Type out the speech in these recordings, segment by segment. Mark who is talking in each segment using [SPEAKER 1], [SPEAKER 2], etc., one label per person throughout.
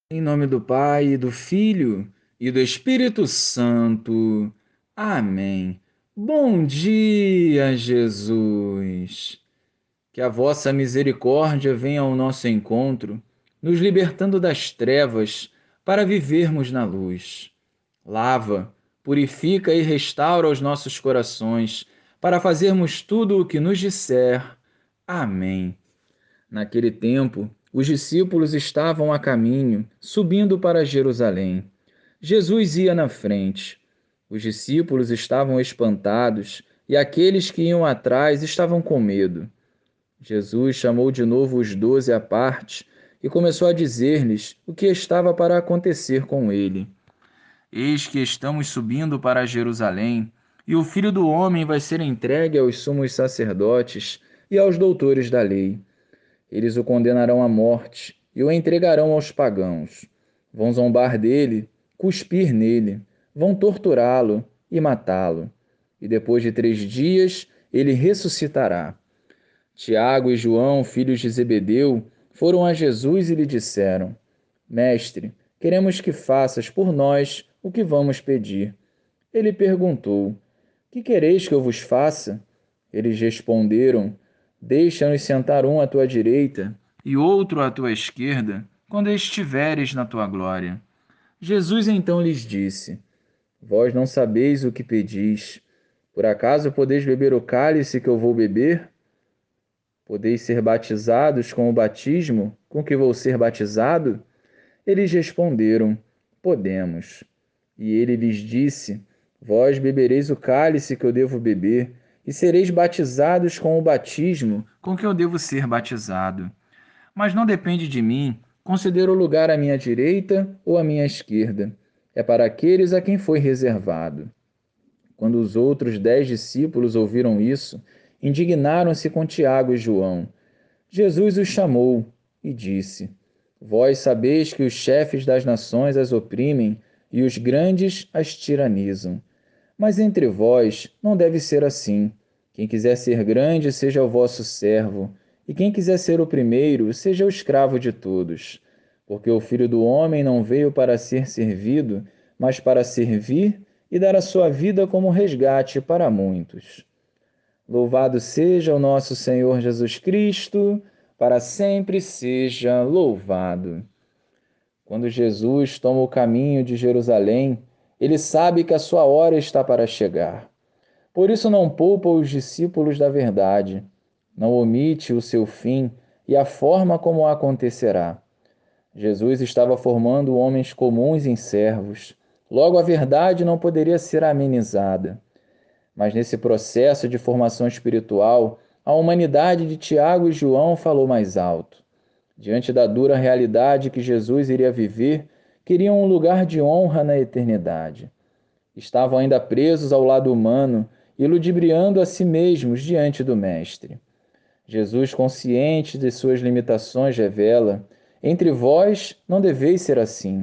[SPEAKER 1] Em nome do Pai, e do Filho e do Espírito Santo. Amém. Bom dia, Jesus. Que a vossa misericórdia venha ao nosso encontro, nos libertando das trevas para vivermos na luz. Lava, purifica e restaura os nossos corações para fazermos tudo o que nos disser. Amém. Naquele tempo, os discípulos estavam a caminho, subindo para Jerusalém. Jesus ia na frente. Os discípulos estavam espantados e aqueles que iam atrás estavam com medo. Jesus chamou de novo os 12 à parte e começou a dizer-lhes o que estava para acontecer com ele. Eis que estamos subindo para Jerusalém, e o Filho do Homem vai ser entregue aos sumos sacerdotes e aos doutores da lei. Eles o condenarão à morte e o entregarão aos pagãos. Vão zombar dele, cuspir nele, vão torturá-lo e matá-lo. E depois de 3 dias ele ressuscitará. Tiago e João, filhos de Zebedeu, foram a Jesus e lhe disseram: Mestre, queremos que faças por nós o que vamos pedir. Ele perguntou: Que quereis que eu vos faça? Eles responderam: Deixa-nos sentar um à tua direita e outro à tua esquerda, quando estiveres na tua glória. Jesus então lhes disse: Vós não sabeis o que pedis. Por acaso podeis beber o cálice que eu vou beber? Podeis ser batizados com o batismo com que vou ser batizado? Eles responderam: Podemos. E ele lhes disse: Vós bebereis o cálice que eu devo beber, e sereis batizados com o batismo com que eu devo ser batizado. Mas não depende de mim conceder o lugar à minha direita ou à minha esquerda. É para aqueles a quem foi reservado. Quando os outros 10 discípulos ouviram isso, indignaram-se com Tiago e João. Jesus os chamou e disse: Vós sabeis que os chefes das nações as oprimem e os grandes as tiranizam. Mas entre vós não deve ser assim. Quem quiser ser grande, seja o vosso servo, e quem quiser ser o primeiro, seja o escravo de todos. Porque o Filho do Homem não veio para ser servido, mas para servir e dar a sua vida como resgate para muitos. Louvado seja o nosso Senhor Jesus Cristo, para sempre seja louvado. Quando Jesus toma o caminho de Jerusalém, ele sabe que a sua hora está para chegar. Por isso não poupa os discípulos da verdade, não omite o seu fim e a forma como acontecerá. Jesus estava formando homens comuns em servos. Logo, a verdade não poderia ser amenizada. Mas nesse processo de formação espiritual, a humanidade de Tiago e João falou mais alto. Diante da dura realidade que Jesus iria viver, queriam um lugar de honra na eternidade. Estavam ainda presos ao lado humano e ludibriando a si mesmos diante do Mestre. Jesus, consciente de suas limitações, revela: Entre vós não deveis ser assim.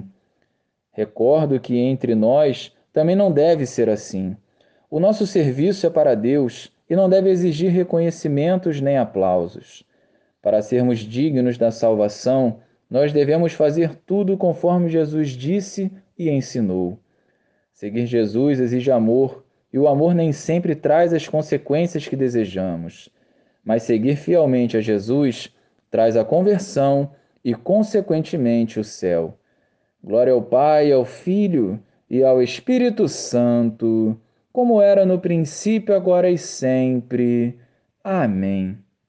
[SPEAKER 1] Recordo que entre nós também não deve ser assim. O nosso serviço é para Deus e não deve exigir reconhecimentos nem aplausos. Para sermos dignos da salvação, nós devemos fazer tudo conforme Jesus disse e ensinou. Seguir Jesus exige amor, e o amor nem sempre traz as consequências que desejamos. Mas seguir fielmente a Jesus traz a conversão e, consequentemente, o céu. Glória ao Pai, ao Filho e ao Espírito Santo, como era no princípio, agora e sempre. Amém.